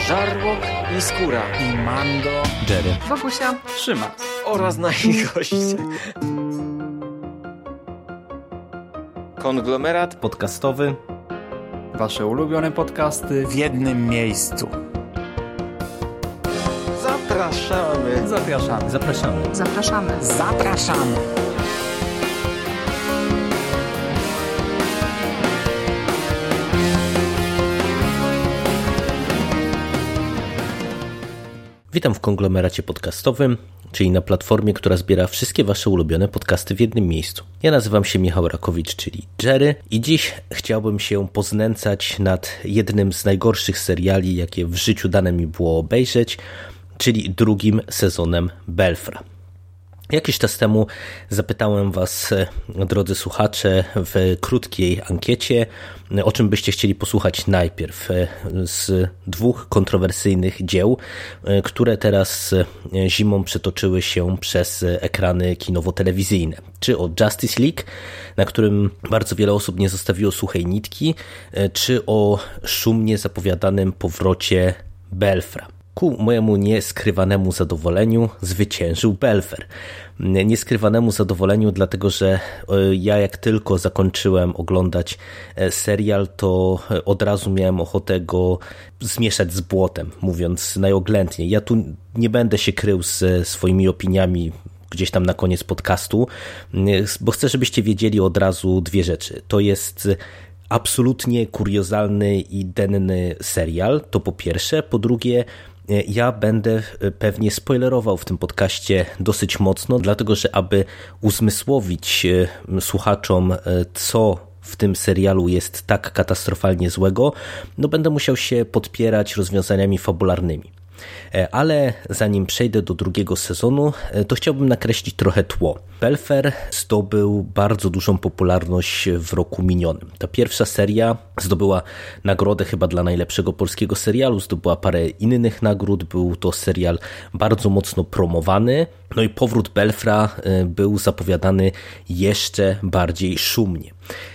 Żarłok i Skóra i Mando, Jerry, Wokusia, Szymas oraz nasi goście. Konglomerat podcastowy. Wasze ulubione podcasty w jednym miejscu. Zapraszamy. Zapraszamy. Zapraszamy. zapraszamy. Zapraszamy. Witam w konglomeracie podcastowym, czyli na platformie, która zbiera wszystkie wasze ulubione podcasty w jednym miejscu. Ja nazywam się Michał Rakowicz, czyli Jerry, i dziś chciałbym się poznęcać nad jednym z najgorszych seriali, jakie w życiu dane mi było obejrzeć, czyli drugim sezonem Belfra. Jakiś czas temu zapytałem was, drodzy słuchacze, w krótkiej ankiecie, o czym byście chcieli posłuchać najpierw z dwóch kontrowersyjnych dzieł, które teraz zimą przetoczyły się przez ekrany kinowo-telewizyjne. Czy o Justice League, na którym bardzo wiele osób nie zostawiło suchej nitki, czy o szumnie zapowiadanym powrocie Belfra. Ku mojemu nieskrywanemu zadowoleniu zwyciężył Belfer. Nieskrywanemu zadowoleniu, dlatego że ja jak tylko zakończyłem oglądać serial, to od razu miałem ochotę go zmieszać z błotem, mówiąc najoględniej. Ja tu nie będę się krył ze swoimi opiniami gdzieś tam na koniec podcastu, bo chcę, żebyście wiedzieli od razu dwie rzeczy. To jest absolutnie kuriozalny i denny serial, to po pierwsze. Po drugie, ja będę pewnie spoilerował w tym podcaście dosyć mocno, dlatego że aby uzmysłowić słuchaczom, co w tym serialu jest tak katastrofalnie złego, no będę musiał się podpierać rozwiązaniami fabularnymi. Ale zanim przejdę do drugiego sezonu, to chciałbym nakreślić trochę tło. Belfer zdobył bardzo dużą popularność w roku minionym. Ta pierwsza seria zdobyła nagrodę chyba dla najlepszego polskiego serialu, zdobyła parę innych nagród, był to serial bardzo mocno promowany, no i powrót Belfra był zapowiadany jeszcze bardziej szumnie.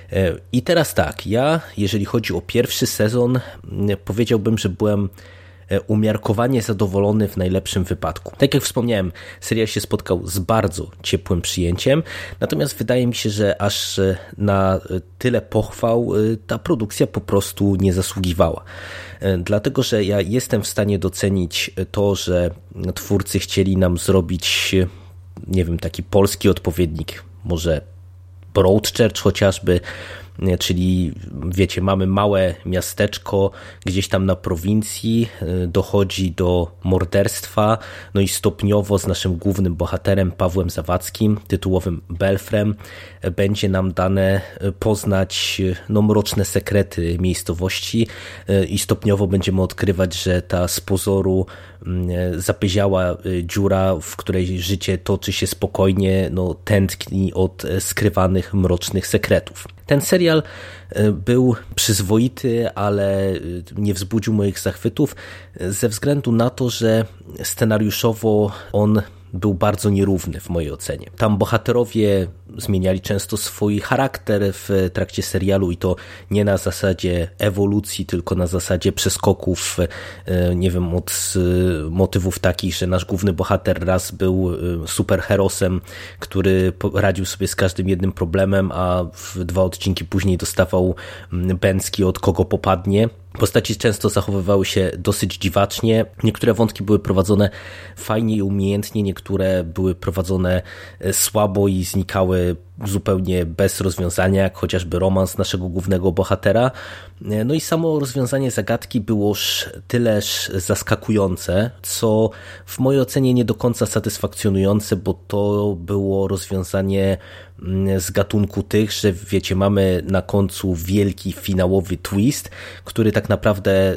I teraz tak, ja jeżeli chodzi o pierwszy sezon, powiedziałbym, że byłem umiarkowanie zadowolony w najlepszym wypadku. Tak jak wspomniałem, serial się spotkał z bardzo ciepłym przyjęciem, natomiast wydaje mi się, że aż na tyle pochwał ta produkcja po prostu nie zasługiwała. Dlatego, że ja jestem w stanie docenić to, że twórcy chcieli nam zrobić, nie wiem, taki polski odpowiednik, może Broadchurch chociażby, czyli wiecie, mamy małe miasteczko gdzieś tam na prowincji, dochodzi do morderstwa, no i stopniowo z naszym głównym bohaterem Pawłem Zawadzkim, tytułowym Belfrem, będzie nam dane poznać mroczne sekrety miejscowości i stopniowo będziemy odkrywać, że ta z pozoru zapyziała dziura, w której życie toczy się spokojnie, tętni od skrywanych mrocznych sekretów. Ten serial był przyzwoity, ale nie wzbudził moich zachwytów ze względu na to, że scenariuszowo on był bardzo nierówny w mojej ocenie. Tam bohaterowie zmieniali często swój charakter w trakcie serialu i to nie na zasadzie ewolucji, tylko na zasadzie przeskoków, nie wiem, od motywów takich, że nasz główny bohater raz był superherosem, który radził sobie z każdym jednym problemem, a w 2 odcinki później dostawał bęcki od kogo popadnie. Postaci często zachowywały się dosyć dziwacznie. Niektóre wątki były prowadzone fajnie i umiejętnie, niektóre były prowadzone słabo i znikały zupełnie bez rozwiązania, jak chociażby romans naszego głównego bohatera. No i samo rozwiązanie zagadki byłoż tyleż zaskakujące, co w mojej ocenie nie do końca satysfakcjonujące, bo to było rozwiązanie z gatunku tych, że wiecie, mamy na końcu wielki finałowy twist, który tak naprawdę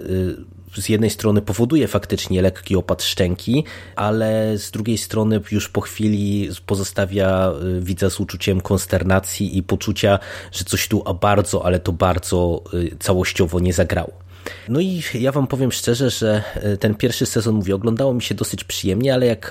z jednej strony powoduje faktycznie lekki opad szczęki, ale z drugiej strony już po chwili pozostawia widza z uczuciem konsternacji i poczucia, że coś tu bardzo, ale to bardzo całościowo nie zagrało. No i ja wam powiem szczerze, że ten pierwszy sezon, mówię, oglądało mi się dosyć przyjemnie, ale jak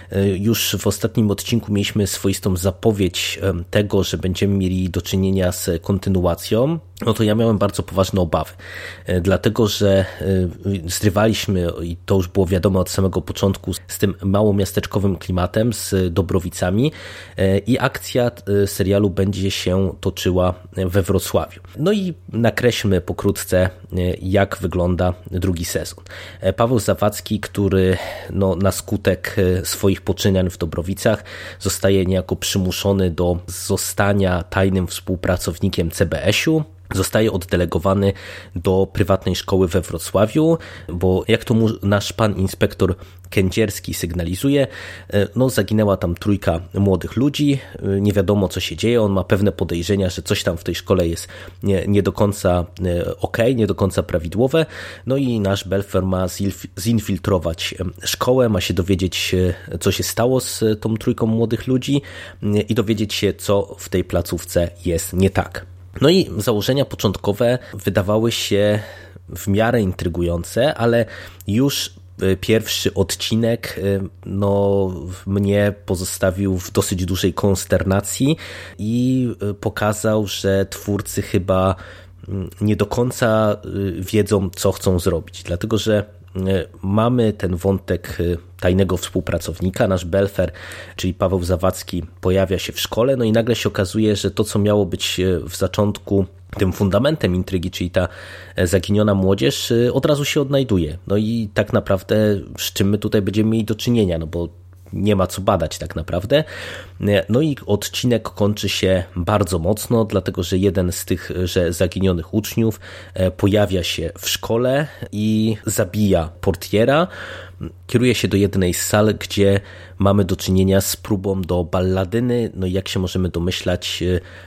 już w ostatnim odcinku mieliśmy swoistą zapowiedź tego, że będziemy mieli do czynienia z kontynuacją, no to ja miałem bardzo poważne obawy, dlatego że zrywaliśmy, i to już było wiadomo od samego początku, z tym małomiasteczkowym klimatem, z Dobrowicami i akcja serialu będzie się toczyła we Wrocławiu. No i nakreślmy pokrótce, jak wygląda drugi sezon. Paweł Zawadzki, który na skutek swoich poczynań w Dobrowicach zostaje niejako przymuszony do zostania tajnym współpracownikiem CBS-u, zostaje oddelegowany do prywatnej szkoły we Wrocławiu, bo jak to mu nasz pan inspektor Kędzierski sygnalizuje, zaginęła tam 3 młodych ludzi, nie wiadomo co się dzieje, on ma pewne podejrzenia, że coś tam w tej szkole jest nie do końca okej, nie do końca prawidłowe, no i nasz Belfer ma zinfiltrować szkołę, ma się dowiedzieć, co się stało z tą 3 młodych ludzi i dowiedzieć się, co w tej placówce jest nie tak. No i założenia początkowe wydawały się w miarę intrygujące, ale już pierwszy odcinek mnie pozostawił w dosyć dużej konsternacji i pokazał, że twórcy chyba nie do końca wiedzą, co chcą zrobić, dlatego że mamy ten wątek tajnego współpracownika, nasz Belfer, czyli Paweł Zawadzki, pojawia się w szkole, no i nagle się okazuje, że to, co miało być w zaczątku tym fundamentem intrygi, czyli ta zaginiona młodzież, od razu się odnajduje. No i tak naprawdę z czym my tutaj będziemy mieli do czynienia, no bo nie ma co badać tak naprawdę. No i odcinek kończy się bardzo mocno, dlatego że jeden z tych zaginionych uczniów pojawia się w szkole i zabija portiera. Kieruje się do jednej z sal, gdzie mamy do czynienia z próbą do balladyny, no i jak się możemy domyślać,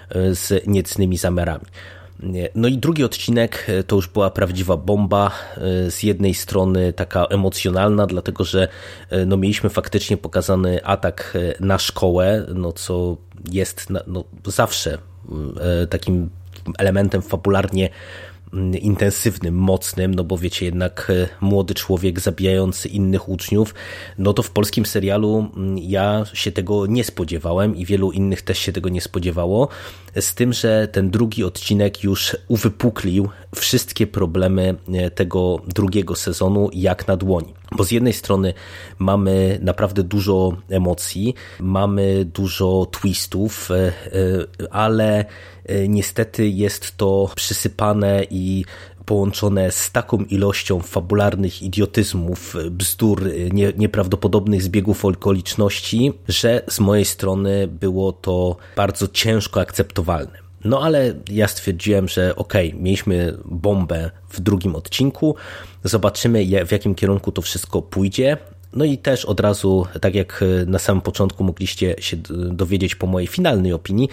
z niecnymi zamiarami. No i drugi odcinek to już była prawdziwa bomba, z jednej strony taka emocjonalna, dlatego że mieliśmy faktycznie pokazany atak na szkołę, co jest zawsze takim elementem fabularnie intensywnym, mocnym, bo wiecie, jednak młody człowiek zabijający innych uczniów, to w polskim serialu ja się tego nie spodziewałem i wielu innych też się tego nie spodziewało, z tym, że ten drugi odcinek już uwypuklił wszystkie problemy tego drugiego sezonu jak na dłoni. Bo z jednej strony mamy naprawdę dużo emocji, mamy dużo twistów, ale niestety jest to przysypane i połączone z taką ilością fabularnych idiotyzmów, bzdur, nieprawdopodobnych zbiegów okoliczności, że z mojej strony było to bardzo ciężko akceptowalne. No ale ja stwierdziłem, że mieliśmy bombę w drugim odcinku, zobaczymy w jakim kierunku to wszystko pójdzie. No i też od razu, tak jak na samym początku mogliście się dowiedzieć po mojej finalnej opinii,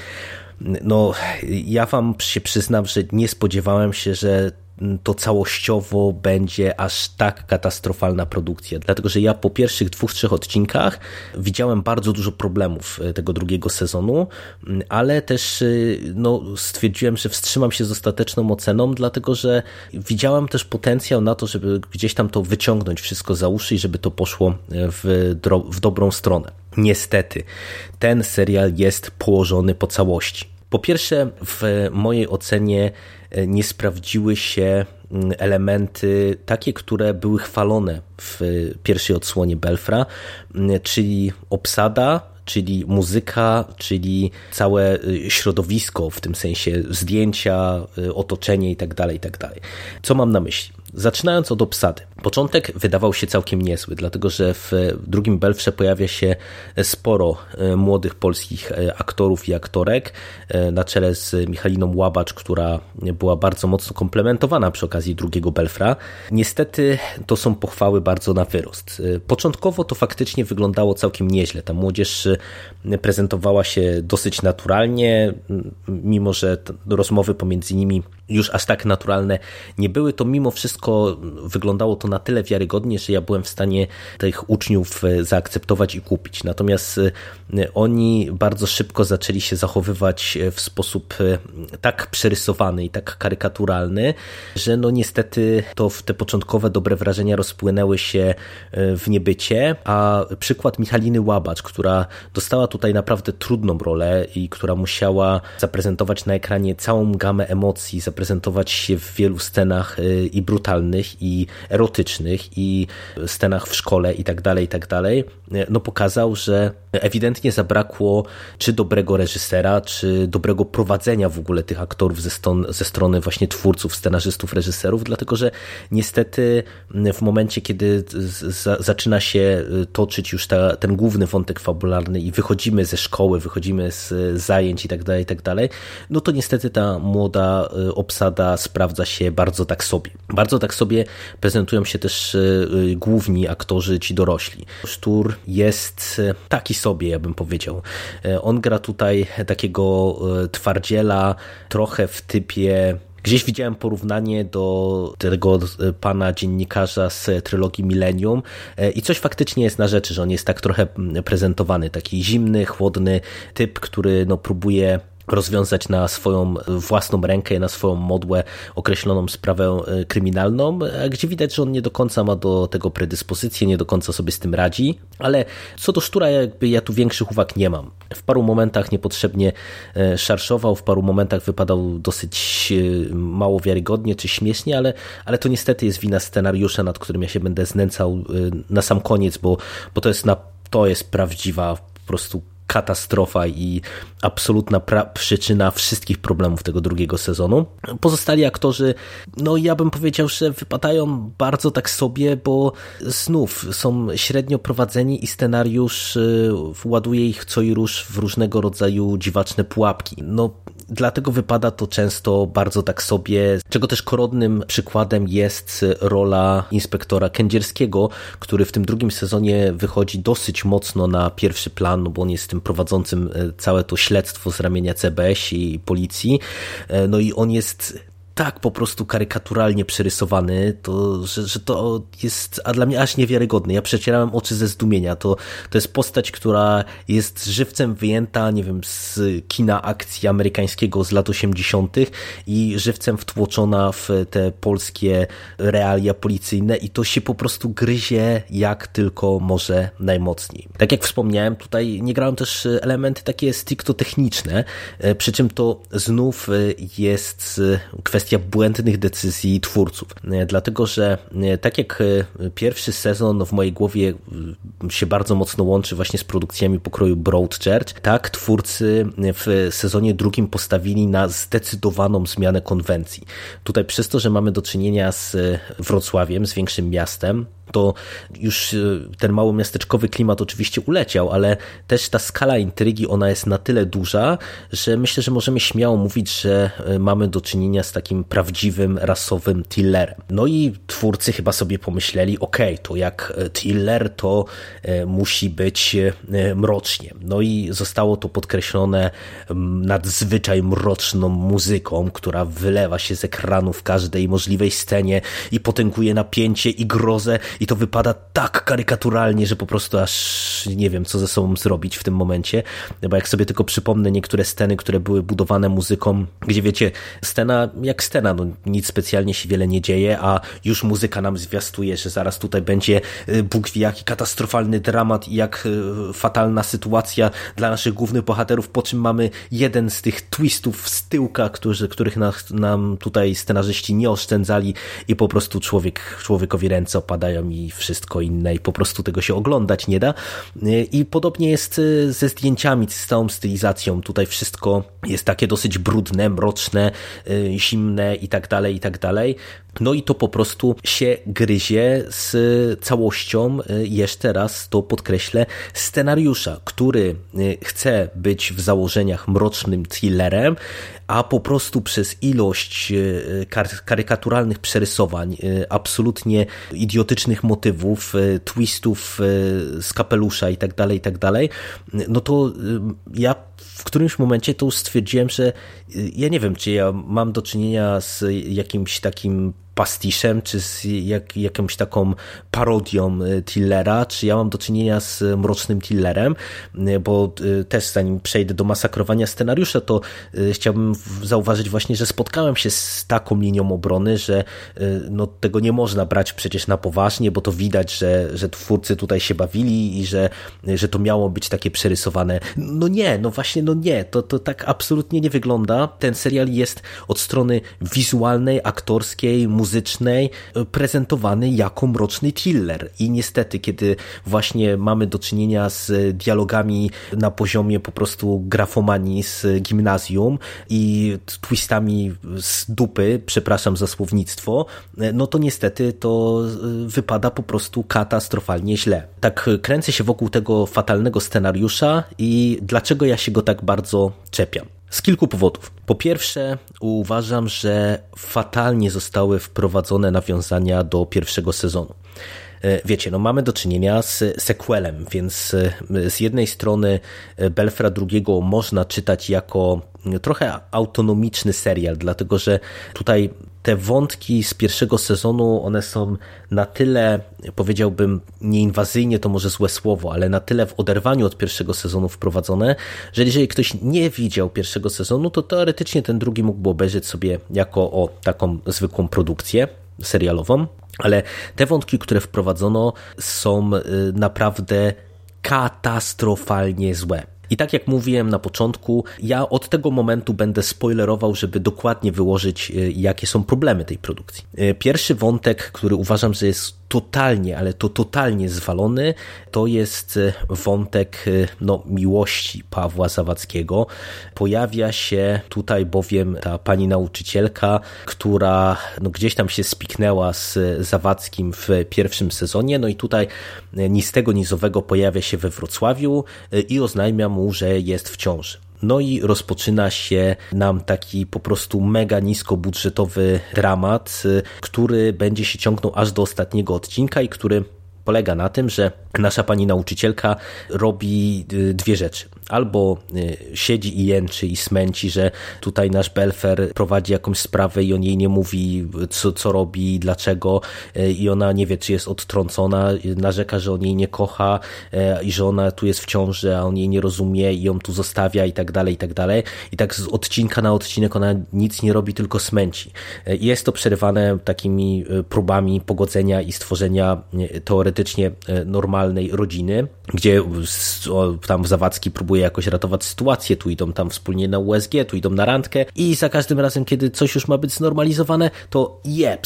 ja wam się przyznam, że nie spodziewałem się, że to całościowo będzie aż tak katastrofalna produkcja, dlatego że ja po pierwszych 2-3 odcinkach widziałem bardzo dużo problemów tego drugiego sezonu, ale też stwierdziłem, że wstrzymam się z ostateczną oceną, dlatego że widziałem też potencjał na to, żeby gdzieś tam to wyciągnąć wszystko za uszy i żeby to poszło w dobrą stronę. Niestety, ten serial jest położony po całości. Po pierwsze, w mojej ocenie nie sprawdziły się elementy takie, które były chwalone w pierwszej odsłonie Belfra, czyli obsada, czyli muzyka, czyli całe środowisko, w tym sensie zdjęcia, otoczenie itd. Co mam na myśli? Zaczynając od obsady. Początek wydawał się całkiem niezły, dlatego że w drugim Belfrze pojawia się sporo młodych polskich aktorów i aktorek, na czele z Michaliną Łabacz, która była bardzo mocno komplementowana przy okazji drugiego Belfra. Niestety to są pochwały bardzo na wyrost. Początkowo to faktycznie wyglądało całkiem nieźle. Ta młodzież prezentowała się dosyć naturalnie, mimo że rozmowy pomiędzy nimi już aż tak naturalne nie były, to mimo wszystko wyglądało to na tyle wiarygodnie, że ja byłem w stanie tych uczniów zaakceptować i kupić. Natomiast oni bardzo szybko zaczęli się zachowywać w sposób tak przerysowany i tak karykaturalny, że niestety te początkowe dobre wrażenia rozpłynęły się w niebycie, a przykład Michaliny Łabacz, która dostała tutaj naprawdę trudną rolę i która musiała zaprezentować na ekranie całą gamę emocji, zaprezentować prezentować się w wielu scenach i brutalnych, i erotycznych, i scenach w szkole i tak dalej, no pokazał, że ewidentnie zabrakło czy dobrego reżysera, czy dobrego prowadzenia w ogóle tych aktorów ze strony właśnie twórców, scenarzystów, reżyserów, dlatego że niestety w momencie, kiedy zaczyna się toczyć już ten główny wątek fabularny i wychodzimy ze szkoły, wychodzimy z zajęć i tak dalej, no to niestety ta młoda obsada sprawdza się bardzo tak sobie. Bardzo tak sobie prezentują się też główni aktorzy, ci dorośli. Sztur jest taki sobie, ja bym powiedział. On gra tutaj takiego twardziela, trochę w typie... Gdzieś widziałem porównanie do tego pana dziennikarza z trylogii Millennium i coś faktycznie jest na rzeczy, że on jest tak trochę prezentowany, taki zimny, chłodny typ, który no próbuje rozwiązać na swoją własną rękę, na swoją modłę określoną sprawę kryminalną, gdzie widać, że on nie do końca ma do tego predyspozycję, nie do końca sobie z tym radzi, ale co do Sztura jakby ja tu większych uwag nie mam. W paru momentach niepotrzebnie szarszował, w paru momentach wypadał dosyć mało wiarygodnie czy śmiesznie, ale to niestety jest wina scenariusza, nad którym ja się będę znęcał na sam koniec, bo to jest prawdziwa po prostu katastrofa i absolutna przyczyna wszystkich problemów tego drugiego sezonu. Pozostali aktorzy, no ja bym powiedział, że wypadają bardzo tak sobie, bo znów są średnio prowadzeni i scenariusz ładuje ich co i rusz w różnego rodzaju dziwaczne pułapki. No dlatego wypada to często bardzo tak sobie, czego też korodnym przykładem jest rola inspektora Kędzierskiego, który w tym drugim sezonie wychodzi dosyć mocno na pierwszy plan, no bo on jest tym prowadzącym całe to śledztwo z ramienia CBS i policji. No i on jest tak po prostu karykaturalnie przerysowany, że to jest dla mnie aż niewiarygodne. Ja przecierałem oczy ze zdumienia. To jest postać, która jest żywcem wyjęta, nie wiem, z kina akcji amerykańskiego z lat 80. i żywcem wtłoczona w te polskie realia policyjne i to się po prostu gryzie jak tylko może najmocniej. Tak jak wspomniałem, tutaj nie grałem też elementy takie stricto techniczne, przy czym to znów jest kwestia błędnych decyzji twórców. Dlatego, że tak jak pierwszy sezon w mojej głowie się bardzo mocno łączy właśnie z produkcjami pokroju Broadchurch, tak twórcy w sezonie drugim postawili na zdecydowaną zmianę konwencji. Tutaj przez to, że mamy do czynienia z Wrocławiem, z większym miastem, to już ten małomiasteczkowy klimat oczywiście uleciał, ale też ta skala intrygi, ona jest na tyle duża, że myślę, że możemy śmiało mówić, że mamy do czynienia z takim prawdziwym, rasowym thrillerem. No i twórcy chyba sobie pomyśleli, to jak thriller, to musi być mrocznie. No i zostało to podkreślone nadzwyczaj mroczną muzyką, która wylewa się z ekranu w każdej możliwej scenie i potęguje napięcie i grozę i to wypada tak karykaturalnie, że po prostu aż nie wiem, co ze sobą zrobić w tym momencie, bo jak sobie tylko przypomnę niektóre sceny, które były budowane muzyką, gdzie wiecie, scena jak scena, no nic specjalnie się wiele nie dzieje, a już muzyka nam zwiastuje, że zaraz tutaj będzie Bóg wie jaki katastrofalny dramat i jak fatalna sytuacja dla naszych głównych bohaterów, po czym mamy jeden z tych twistów z tyłka, których nam tutaj scenarzyści nie oszczędzali i po prostu człowiekowi ręce opadają i wszystko inne i po prostu tego się oglądać nie da. I podobnie jest ze zdjęciami, z całą stylizacją. Tutaj wszystko jest takie dosyć brudne, mroczne, zimne i tak dalej. No i to po prostu się gryzie z całością, jeszcze raz to podkreślę, scenariusza, który chce być w założeniach mrocznym thrillerem, a po prostu przez ilość karykaturalnych przerysowań, absolutnie idiotycznych motywów, twistów z kapelusza i tak dalej, no to ja w którymś momencie to już stwierdziłem, że ja nie wiem, czy ja mam do czynienia z jakimś takim pastiszem, czy z jakąś taką parodią thrillera, czy ja mam do czynienia z mrocznym thrillerem, bo też zanim przejdę do masakrowania scenariusza, to chciałbym zauważyć właśnie, że spotkałem się z taką linią obrony, że no, tego nie można brać przecież na poważnie, bo to widać, że twórcy tutaj się bawili i że to miało być takie przerysowane. No nie, no właśnie, no nie, to tak absolutnie nie wygląda. Ten serial jest od strony wizualnej, aktorskiej, muzycznej prezentowany jako mroczny thriller i niestety, kiedy właśnie mamy do czynienia z dialogami na poziomie po prostu grafomanii z gimnazjum i twistami z dupy, przepraszam za słownictwo, no to niestety to wypada po prostu katastrofalnie źle. Tak kręcę się wokół tego fatalnego scenariusza i dlaczego ja się go tak bardzo czepiam? Z kilku powodów. Po pierwsze, uważam, że fatalnie zostały wprowadzone nawiązania do pierwszego sezonu. Wiecie, no mamy do czynienia z sequelem, więc z jednej strony Belfra II można czytać jako trochę autonomiczny serial, dlatego że tutaj te wątki z pierwszego sezonu, one są na tyle, powiedziałbym, nieinwazyjnie, to może złe słowo, ale na tyle w oderwaniu od pierwszego sezonu wprowadzone, że jeżeli ktoś nie widział pierwszego sezonu, to teoretycznie ten drugi mógłby obejrzeć sobie jako taką zwykłą produkcję serialową, ale te wątki, które wprowadzono, są naprawdę katastrofalnie złe. I tak jak mówiłem na początku, ja od tego momentu będę spoilerował, żeby dokładnie wyłożyć, jakie są problemy tej produkcji. Pierwszy wątek, który uważam, że jest totalnie, ale to totalnie zwalony, to jest wątek miłości Pawła Zawadzkiego. Pojawia się tutaj bowiem ta pani nauczycielka, która gdzieś tam się spiknęła z Zawadzkim w pierwszym sezonie, no i tutaj ni z tego ni z owego pojawia się we Wrocławiu i oznajmia mu, że jest w ciąży. No i rozpoczyna się nam taki po prostu mega niskobudżetowy dramat, który będzie się ciągnął aż do ostatniego odcinka i który polega na tym, że nasza pani nauczycielka robi dwie rzeczy. Albo siedzi i jęczy i smęci, że tutaj nasz Belfer prowadzi jakąś sprawę i on jej nie mówi, co robi i dlaczego, i ona nie wie, czy jest odtrącona, narzeka, że on jej nie kocha i że ona tu jest w ciąży, a on jej nie rozumie i ją tu zostawia i tak dalej, i tak dalej. I tak z odcinka na odcinek ona nic nie robi, tylko smęci. Jest to przerywane takimi próbami pogodzenia i stworzenia teoretycznie normalnej rodziny, gdzie tam Zawadzki próbuje jakoś ratować sytuację, tu idą tam wspólnie na USG, tu idą na randkę i za każdym razem, kiedy coś już ma być znormalizowane, to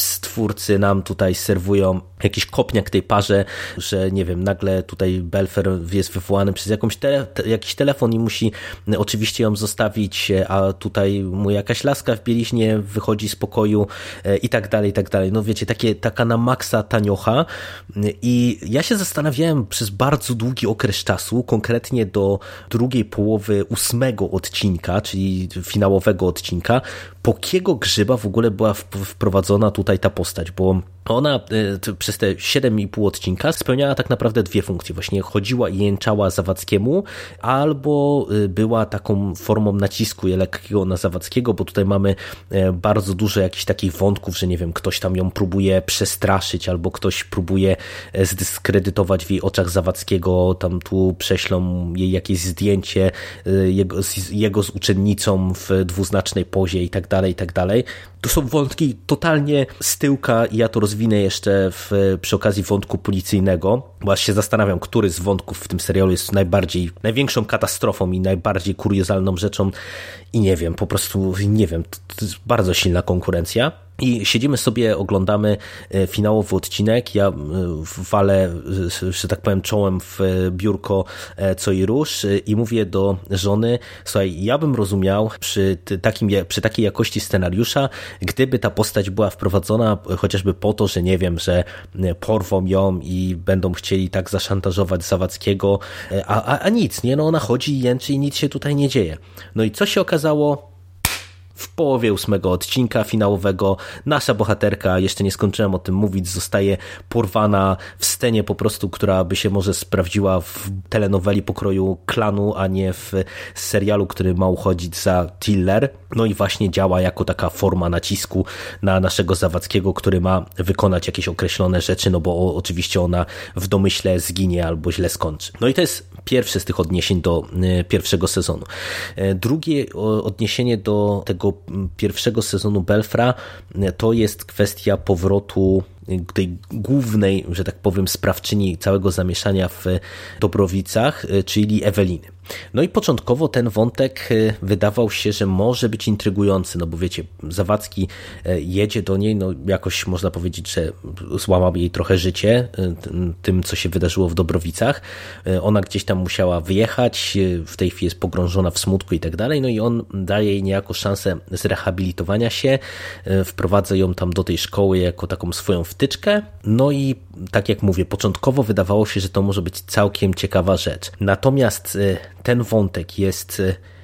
twórcy nam tutaj serwują jakiś kopniak tej parze, że nie wiem, nagle tutaj Belfer jest wywołany przez jakiś telefon i musi oczywiście ją zostawić, a tutaj mu jakaś laska w bieliźnie wychodzi z pokoju i tak dalej, i tak dalej. No wiecie, taka na maksa taniocha i ja się zastanawiałem przez bardzo długi okres czasu, konkretnie do drugiej połowy 8 odcinka, czyli finałowego odcinka, po kiego grzyba w ogóle była wprowadzona tutaj ta postać, bo ona przez te 7,5 odcinka spełniała tak naprawdę dwie funkcje. Właśnie chodziła i jęczała Zawadzkiemu, albo była taką formą nacisku lekkiego na Zawadzkiego, bo tutaj mamy bardzo dużo jakichś takich wątków, że nie wiem, ktoś tam ją próbuje przestraszyć, albo ktoś próbuje zdyskredytować w jej oczach Zawadzkiego, tam tu prześlą jej jakieś zdjęcie jego z uczennicą w dwuznacznej pozie i tak dalej, i tak dalej. To są wątki totalnie z tyłka i ja to rozwinę jeszcze przy okazji wątku policyjnego, bo aż się zastanawiam, który z wątków w tym serialu jest największą katastrofą i najbardziej kuriozalną rzeczą i nie wiem, po prostu nie wiem, to jest bardzo silna konkurencja. I siedzimy sobie, oglądamy finałowy odcinek, ja walę, że tak powiem, czołem w biurko co i rusz i mówię do żony, słuchaj, ja bym rozumiał przy takiej jakości scenariusza, gdyby ta postać była wprowadzona chociażby po to, że nie wiem, że porwą ją i będą chcieli tak zaszantażować Zawadzkiego, a nic, nie? No ona chodzi i jęczy i nic się tutaj nie dzieje. No i co się okazało? w połowie 8 odcinka finałowego nasza bohaterka, jeszcze nie skończyłem o tym mówić, zostaje porwana w scenie po prostu, która by się może sprawdziła w telenoweli pokroju Klanu, a nie w serialu, który ma uchodzić za thriller. No i właśnie działa jako taka forma nacisku na naszego Zawadzkiego, który ma wykonać jakieś określone rzeczy, no bo oczywiście ona w domyśle zginie albo źle skończy. No i to jest pierwsze z tych odniesień do pierwszego sezonu. Drugie odniesienie do tego pierwszego sezonu Belfra to jest kwestia powrotu tej głównej, że tak powiem, sprawczyni całego zamieszania w Dobrowicach, czyli Eweliny. No i początkowo ten wątek wydawał się, że może być intrygujący, no bo wiecie, Zawadzki jedzie do niej, no jakoś można powiedzieć, że złamał jej trochę życie tym, co się wydarzyło w Dobrowicach. Ona gdzieś tam musiała wyjechać, w tej chwili jest pogrążona w smutku i tak dalej, no i on daje jej niejako szansę zrehabilitowania się, wprowadza ją tam do tej szkoły jako taką swoją wtyczkę, no i tak jak mówię, początkowo wydawało się, że to może być całkiem ciekawa rzecz. Natomiast ten wątek jest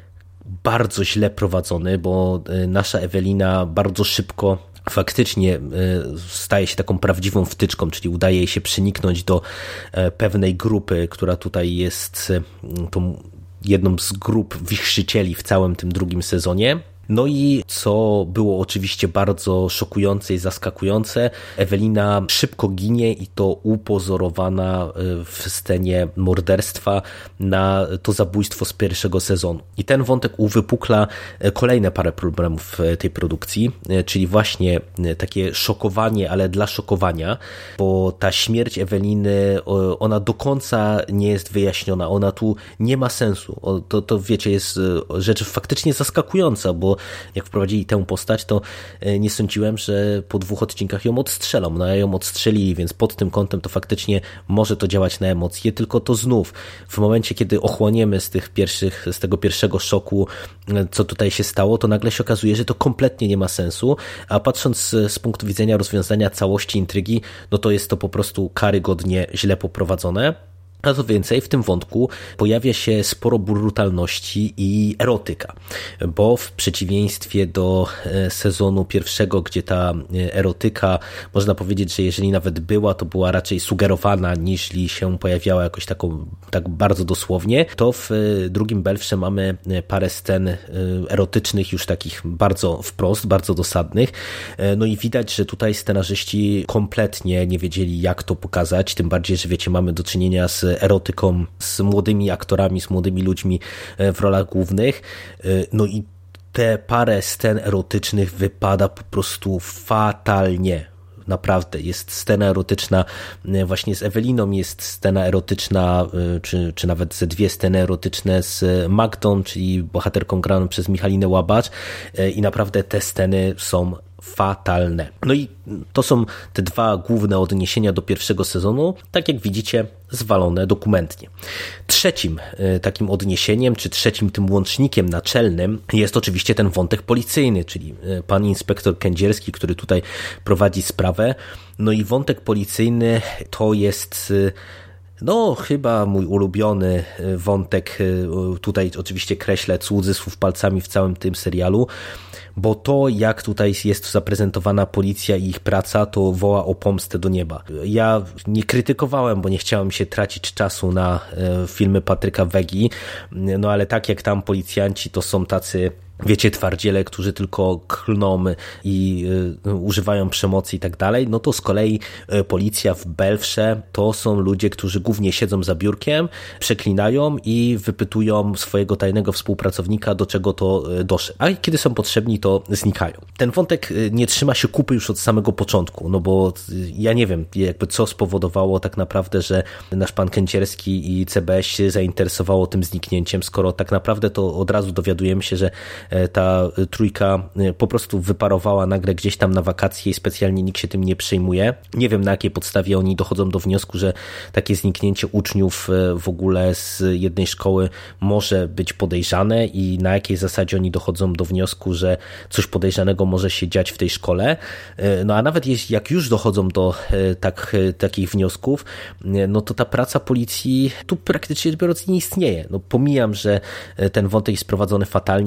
bardzo źle prowadzony, bo nasza Ewelina bardzo szybko faktycznie staje się taką prawdziwą wtyczką, czyli udaje jej się przeniknąć do pewnej grupy, która tutaj jest tą jedną z grup wichrzycieli w całym tym drugim sezonie. No i co było oczywiście bardzo szokujące i zaskakujące, Ewelina szybko ginie i to upozorowana w scenie morderstwa na to zabójstwo z pierwszego sezonu. I ten wątek uwypukla kolejne parę problemów tej produkcji, czyli właśnie takie szokowanie, ale dla szokowania, bo ta śmierć Eweliny, ona do końca nie jest wyjaśniona, ona tu nie ma sensu. To wiecie, jest rzecz faktycznie zaskakująca, bo jak wprowadzili tę postać, to nie sądziłem, że po 2 odcinkach ją odstrzelą. No a ją odstrzelili, więc pod tym kątem to faktycznie może to działać na emocje, tylko to znów w momencie, kiedy ochłoniemy z tego pierwszego szoku, co tutaj się stało, to nagle się okazuje, że to kompletnie nie ma sensu, a patrząc z punktu widzenia rozwiązania całości intrygi, no to jest to po prostu karygodnie źle poprowadzone. A co więcej, w tym wątku pojawia się sporo brutalności i erotyka, bo w przeciwieństwie do sezonu pierwszego, gdzie ta erotyka, można powiedzieć, że jeżeli nawet była, to była raczej sugerowana, niż się pojawiała jakoś tak bardzo dosłownie, to w drugim Belfrze mamy parę scen erotycznych już takich bardzo wprost, bardzo dosadnych. No i widać, że tutaj scenarzyści kompletnie nie wiedzieli, jak to pokazać, tym bardziej, że wiecie, mamy do czynienia z erotyką, z młodymi aktorami, z młodymi ludźmi w rolach głównych. No i te parę scen erotycznych wypada po prostu fatalnie. Naprawdę, jest scena erotyczna właśnie z Eweliną, jest scena erotyczna, czy nawet ze 2 sceny erotyczne z Magdą, czyli bohaterką graną przez Michalinę Łabacz i naprawdę te sceny są fatalne. No i to są te 2 główne odniesienia do pierwszego sezonu, tak jak widzicie, zwalone dokumentnie. Trzecim takim odniesieniem, czy trzecim tym łącznikiem naczelnym jest oczywiście ten wątek policyjny, czyli pan inspektor Kędzierski, który tutaj prowadzi sprawę. No i wątek policyjny to jest chyba mój ulubiony wątek, tutaj oczywiście kreślę cudzysłów palcami w całym tym serialu, bo to, jak tutaj jest zaprezentowana policja i ich praca, to woła o pomstę do nieba. Ja nie krytykowałem, bo nie chciałem się tracić czasu na filmy Patryka Wegi, no ale tak jak tam policjanci to są tacy, wiecie, twardziele, którzy tylko klną i używają przemocy i tak dalej, no to z kolei policja w Belfrze to są ludzie, którzy głównie siedzą za biurkiem, przeklinają i wypytują swojego tajnego współpracownika, do czego to doszło. A kiedy są potrzebni, to znikają. Ten wątek nie trzyma się kupy już od samego początku, no bo ja nie wiem, jakby co spowodowało tak naprawdę, że nasz pan Kędzierski i CBS się zainteresowało tym zniknięciem, skoro tak naprawdę to od razu dowiadujemy się, że ta trójka po prostu wyparowała nagle gdzieś tam na wakacje i specjalnie nikt się tym nie przejmuje. Nie wiem, na jakiej podstawie oni dochodzą do wniosku, że takie zniknięcie uczniów w ogóle z jednej szkoły może być podejrzane i na jakiej zasadzie oni dochodzą do wniosku, że coś podejrzanego może się dziać w tej szkole. No a nawet jak już dochodzą do takich wniosków, no to ta praca policji tu praktycznie biorąc nie istnieje. No pomijam, że ten wątek jest prowadzony fatalnie, dlatego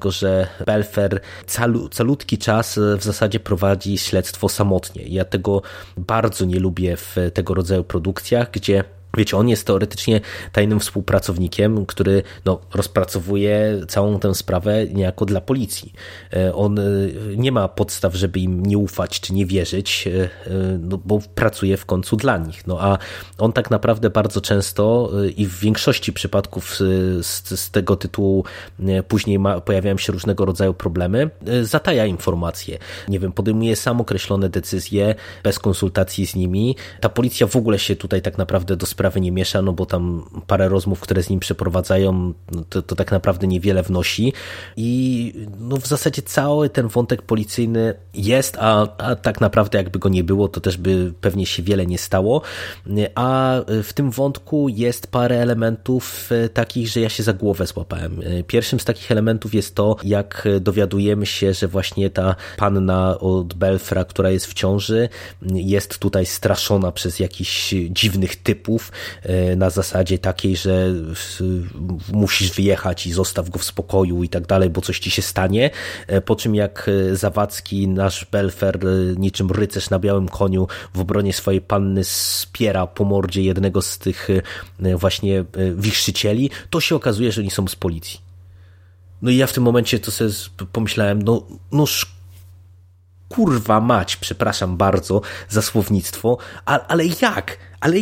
tego, że Belfer calutki czas w zasadzie prowadzi śledztwo samotnie. Ja tego bardzo nie lubię w tego rodzaju produkcjach, gdzie wiecie, on jest teoretycznie tajnym współpracownikiem, który rozpracowuje całą tę sprawę niejako dla policji. On nie ma podstaw, żeby im nie ufać czy nie wierzyć, bo pracuje w końcu dla nich. A on tak naprawdę bardzo często i w większości przypadków z tego tytułu później pojawiają się różnego rodzaju problemy, zataja informacje. Nie wiem, podejmuje sam określone decyzje bez konsultacji z nimi. Ta policja w ogóle się tutaj tak naprawdę do sprawy nie miesza, bo tam parę rozmów, które z nim przeprowadzają, to tak naprawdę niewiele wnosi i w zasadzie cały ten wątek policyjny jest, a tak naprawdę jakby go nie było, to też by pewnie się wiele nie stało, a w tym wątku jest parę elementów takich, że ja się za głowę złapałem. Pierwszym z takich elementów jest to, jak dowiadujemy się, że właśnie ta panna od Belfra, która jest w ciąży, jest tutaj straszona przez jakichś dziwnych typów, na zasadzie takiej, że musisz wyjechać i zostaw go w spokoju i tak dalej, bo coś ci się stanie, po czym jak Zawadzki, nasz Belfer, niczym rycerz na białym koniu w obronie swojej panny spiera po mordzie jednego z tych właśnie wichrzycieli, to się okazuje, że oni są z policji. I ja w tym momencie to sobie pomyślałem, kurwa mać, przepraszam bardzo za słownictwo, ale jak?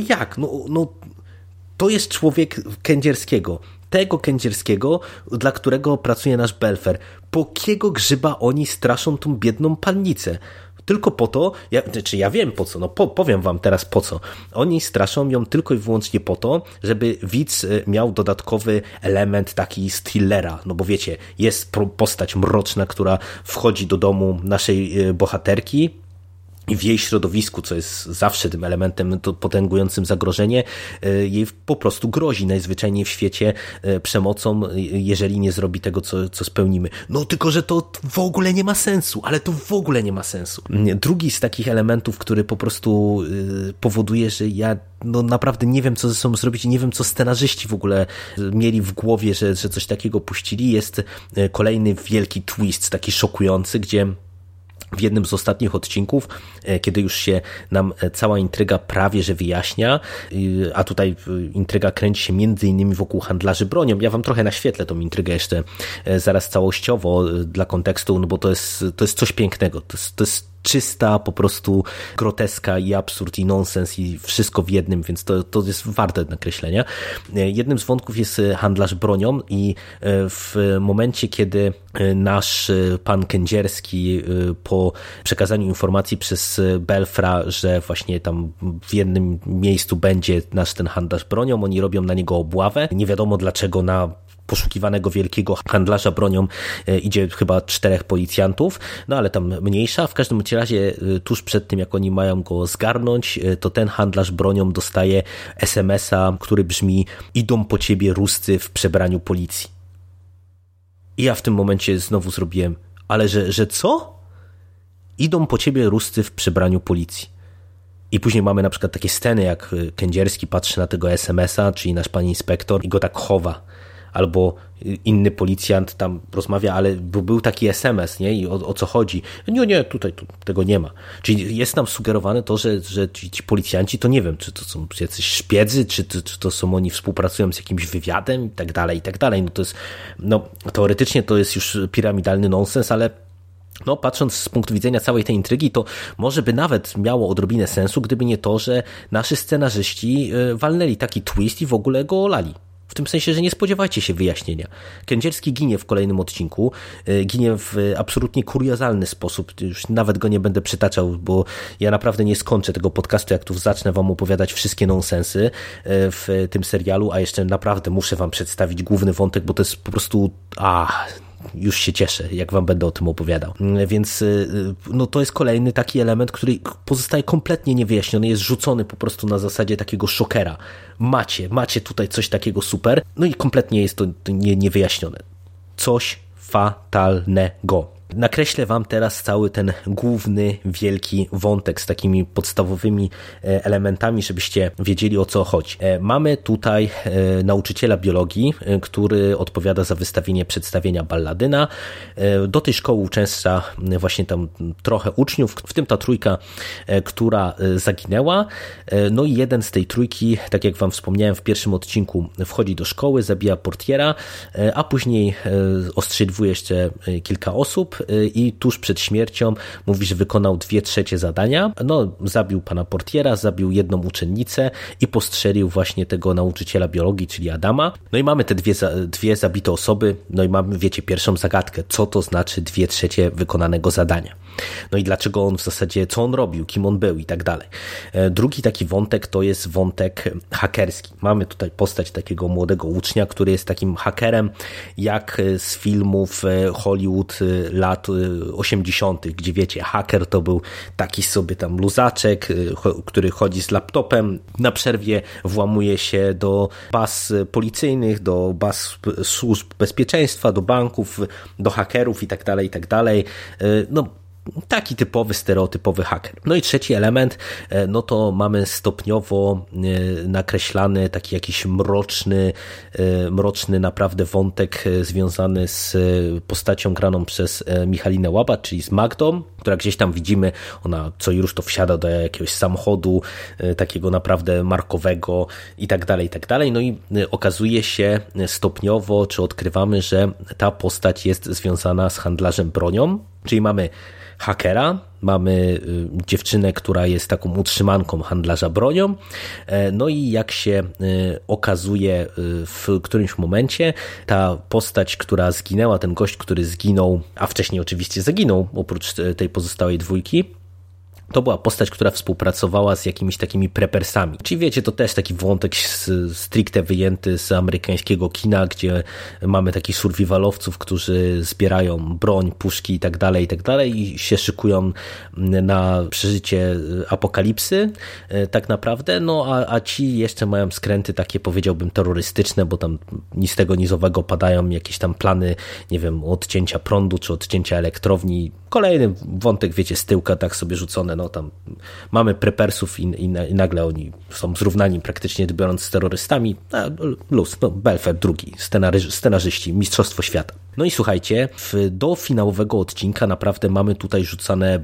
To jest człowiek Kędzierskiego. Tego Kędzierskiego, dla którego pracuje nasz Belfer. Po kiego grzyba oni straszą tą biedną pannicę? Tylko po to, ja wiem po co, powiem wam teraz po co. Oni straszą ją tylko i wyłącznie po to, żeby widz miał dodatkowy element taki z thrillera, bo wiecie, jest postać mroczna, która wchodzi do domu naszej bohaterki i w jej środowisku, co jest zawsze tym elementem potęgującym zagrożenie, jej po prostu grozi najzwyczajniej w świecie przemocą, jeżeli nie zrobi tego, co spełnimy. Tylko, że to w ogóle nie ma sensu, ale to w ogóle nie ma sensu. Drugi z takich elementów, który po prostu powoduje, że ja naprawdę nie wiem, co ze sobą zrobić i nie wiem, co scenarzyści w ogóle mieli w głowie, że coś takiego puścili, jest kolejny wielki twist, taki szokujący, gdzie w jednym z ostatnich odcinków, kiedy już się nam cała intryga prawie że wyjaśnia, a tutaj intryga kręci się między innymi wokół handlarzy bronią. Ja wam trochę naświetlę tą intrygę jeszcze zaraz całościowo dla kontekstu, bo to jest coś pięknego. To jest czysta po prostu groteska i absurd i nonsens i wszystko w jednym, więc to jest warte nakreślenia. Jednym z wątków jest handlarz bronią i w momencie, kiedy nasz pan Kędzierski po przekazaniu informacji przez Belfra, że właśnie tam w jednym miejscu będzie nasz ten handlarz bronią, oni robią na niego obławę. Nie wiadomo dlaczego na poszukiwanego wielkiego handlarza bronią idzie chyba 4 policjantów, ale tam mniejsza. W każdym razie tuż przed tym, jak oni mają go zgarnąć, to ten handlarz bronią dostaje SMS-a, który brzmi: idą po ciebie Ruscy w przebraniu policji. I ja w tym momencie znowu zrobiłem: ale że co? Idą po ciebie Ruscy w przebraniu policji. I później mamy na przykład takie sceny, jak Kędzierski patrzy na tego SMS-a, czyli nasz pan inspektor, i go tak chowa. Albo inny policjant tam rozmawia, ale był taki SMS, nie? I o co chodzi? Nie, tutaj tego nie ma. Czyli jest nam sugerowane to, że ci policjanci, to nie wiem, czy to są jacyś szpiedzy, czy to są oni współpracują z jakimś wywiadem i tak dalej, i tak dalej. To jest, teoretycznie to jest już piramidalny nonsens, ale patrząc z punktu widzenia całej tej intrygi, to może by nawet miało odrobinę sensu, gdyby nie to, że nasi scenarzyści walnęli taki twist i w ogóle go olali. W tym sensie, że nie spodziewajcie się wyjaśnienia. Kędzierski ginie w kolejnym odcinku, ginie w absolutnie kuriozalny sposób. Już nawet go nie będę przytaczał, bo ja naprawdę nie skończę tego podcastu, jak tu zacznę wam opowiadać wszystkie nonsensy w tym serialu, a jeszcze naprawdę muszę wam przedstawić główny wątek, bo to jest po prostu... już się cieszę, jak wam będę o tym opowiadał. Więc to jest kolejny taki element, który pozostaje kompletnie niewyjaśniony, jest rzucony po prostu na zasadzie takiego szokera. Macie tutaj coś takiego super, i kompletnie jest to niewyjaśnione. Coś fatalnego. Nakreślę wam teraz cały ten główny, wielki wątek z takimi podstawowymi elementami, żebyście wiedzieli, o co chodzi. Mamy tutaj nauczyciela biologii, który odpowiada za wystawienie przedstawienia Balladyna. Do tej szkoły uczęszcza właśnie tam trochę uczniów, w tym ta trójka, która zaginęła. No i jeden z tej trójki, tak jak wam wspomniałem w pierwszym odcinku, wchodzi do szkoły, zabija portiera, a później ostrzeliwuje jeszcze kilka osób i tuż przed śmiercią mówi, że wykonał 2/3 zadania. No, zabił pana portiera, zabił jedną uczennicę i postrzelił właśnie tego nauczyciela biologii, czyli Adama. No i mamy te dwie zabite osoby, no i mamy, wiecie, pierwszą zagadkę, co to znaczy 2/3 wykonanego zadania. No i dlaczego on w zasadzie, co on robił, kim on był i tak dalej. Drugi taki wątek to jest wątek hakerski. Mamy tutaj postać takiego młodego ucznia, który jest takim hakerem jak z filmów Hollywood lat 80., gdzie wiecie, haker to był taki sobie tam luzaczek, który chodzi z laptopem, na przerwie włamuje się do baz policyjnych, do baz służb bezpieczeństwa, do banków, do hakerów i tak dalej. No, taki typowy, stereotypowy haker. No i trzeci element, no to mamy stopniowo nakreślany taki jakiś mroczny naprawdę wątek związany z postacią graną przez Michalinę Łabat, czyli z Magdą, która gdzieś tam widzimy, ona co i rusz to wsiada do jakiegoś samochodu takiego naprawdę markowego i tak dalej. No i okazuje się stopniowo, czy odkrywamy, że ta postać jest związana z handlarzem bronią, czyli mamy hakera, mamy dziewczynę, która jest taką utrzymanką handlarza bronią, no i jak się okazuje w którymś momencie ta postać, która zginęła, ten gość, który zginął, a wcześniej oczywiście zaginął, oprócz tej pozostałej dwójki, to była postać, która współpracowała z jakimiś takimi prepersami. Czyli wiecie, to też taki wątek stricte wyjęty z amerykańskiego kina, gdzie mamy takich survivalowców, którzy zbierają broń, puszki i tak dalej i się szykują na przeżycie apokalipsy tak naprawdę, no a ci jeszcze mają skręty takie, powiedziałbym, terrorystyczne, bo tam ni z tego ni z owego padają jakieś tam plany, nie wiem, odcięcia prądu czy odcięcia elektrowni. Kolejny wątek, wiecie, z tyłka tak sobie rzucone, no tam mamy prepersów i nagle oni są zrównani praktycznie biorąc z terrorystami, luz, no Belfer drugi, scenarzyści, mistrzostwo świata. No i słuchajcie, do finałowego odcinka naprawdę mamy tutaj rzucane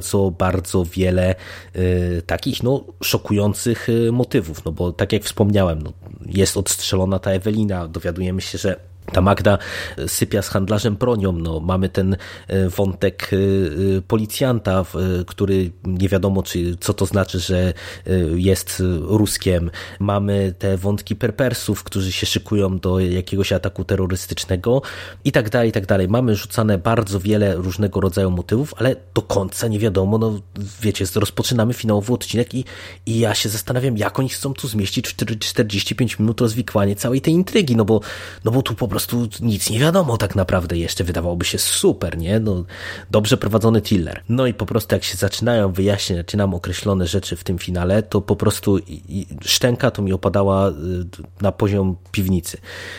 bardzo wiele takich no szokujących motywów, no bo tak jak wspomniałem, no, jest odstrzelona ta Ewelina, dowiadujemy się, że ta Magda sypia z handlarzem bronią, no, mamy ten wątek policjanta, który nie wiadomo, co to znaczy, że jest Ruskiem. Mamy te wątki perpersów, którzy się szykują do jakiegoś ataku terrorystycznego i tak dalej. Mamy rzucane bardzo wiele różnego rodzaju motywów, ale do końca nie wiadomo, no wiecie, rozpoczynamy finałowy odcinek i ja się zastanawiam, jak oni chcą tu zmieścić w 45 minut rozwikłanie całej tej intrygi, no bo tu po prostu nic nie wiadomo tak naprawdę jeszcze, wydawałoby się super, nie? No, dobrze prowadzony thriller. No i po prostu jak się zaczynają wyjaśniać, czy nam określone rzeczy w tym finale, to po prostu szczęka to mi opadała na poziom piwnicy.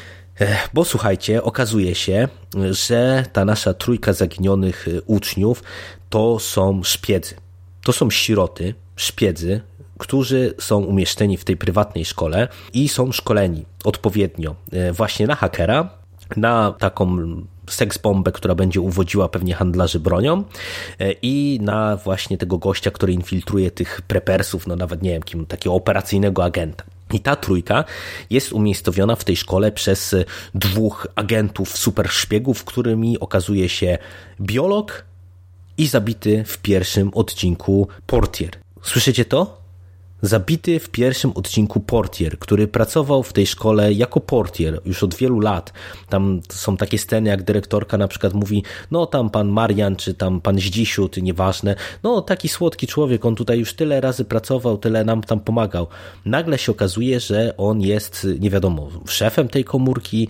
Bo słuchajcie, okazuje się, że ta nasza trójka zaginionych uczniów to są szpiedzy. To są siroty, szpiedzy, którzy są umieszczeni w tej prywatnej szkole i są szkoleni odpowiednio właśnie na hakera, na taką seksbombę, która będzie uwodziła pewnie handlarzy bronią i na właśnie tego gościa, który infiltruje tych prepersów, no nawet nie wiem kim, takiego operacyjnego agenta. I ta trójka jest umiejscowiona w tej szkole przez 2 agentów super szpiegów, którymi okazuje się biolog i zabity w pierwszym odcinku portier. Słyszycie to? Zabity w pierwszym odcinku portier, który pracował w tej szkole jako portier już od wielu lat. Tam są takie sceny, jak dyrektorka na przykład mówi, no tam pan Marian, czy tam pan Zdzisiu, ty nieważne, no taki słodki człowiek, on tutaj już tyle razy pracował, tyle nam tam pomagał. Nagle się okazuje, że on jest, nie wiadomo, szefem tej komórki,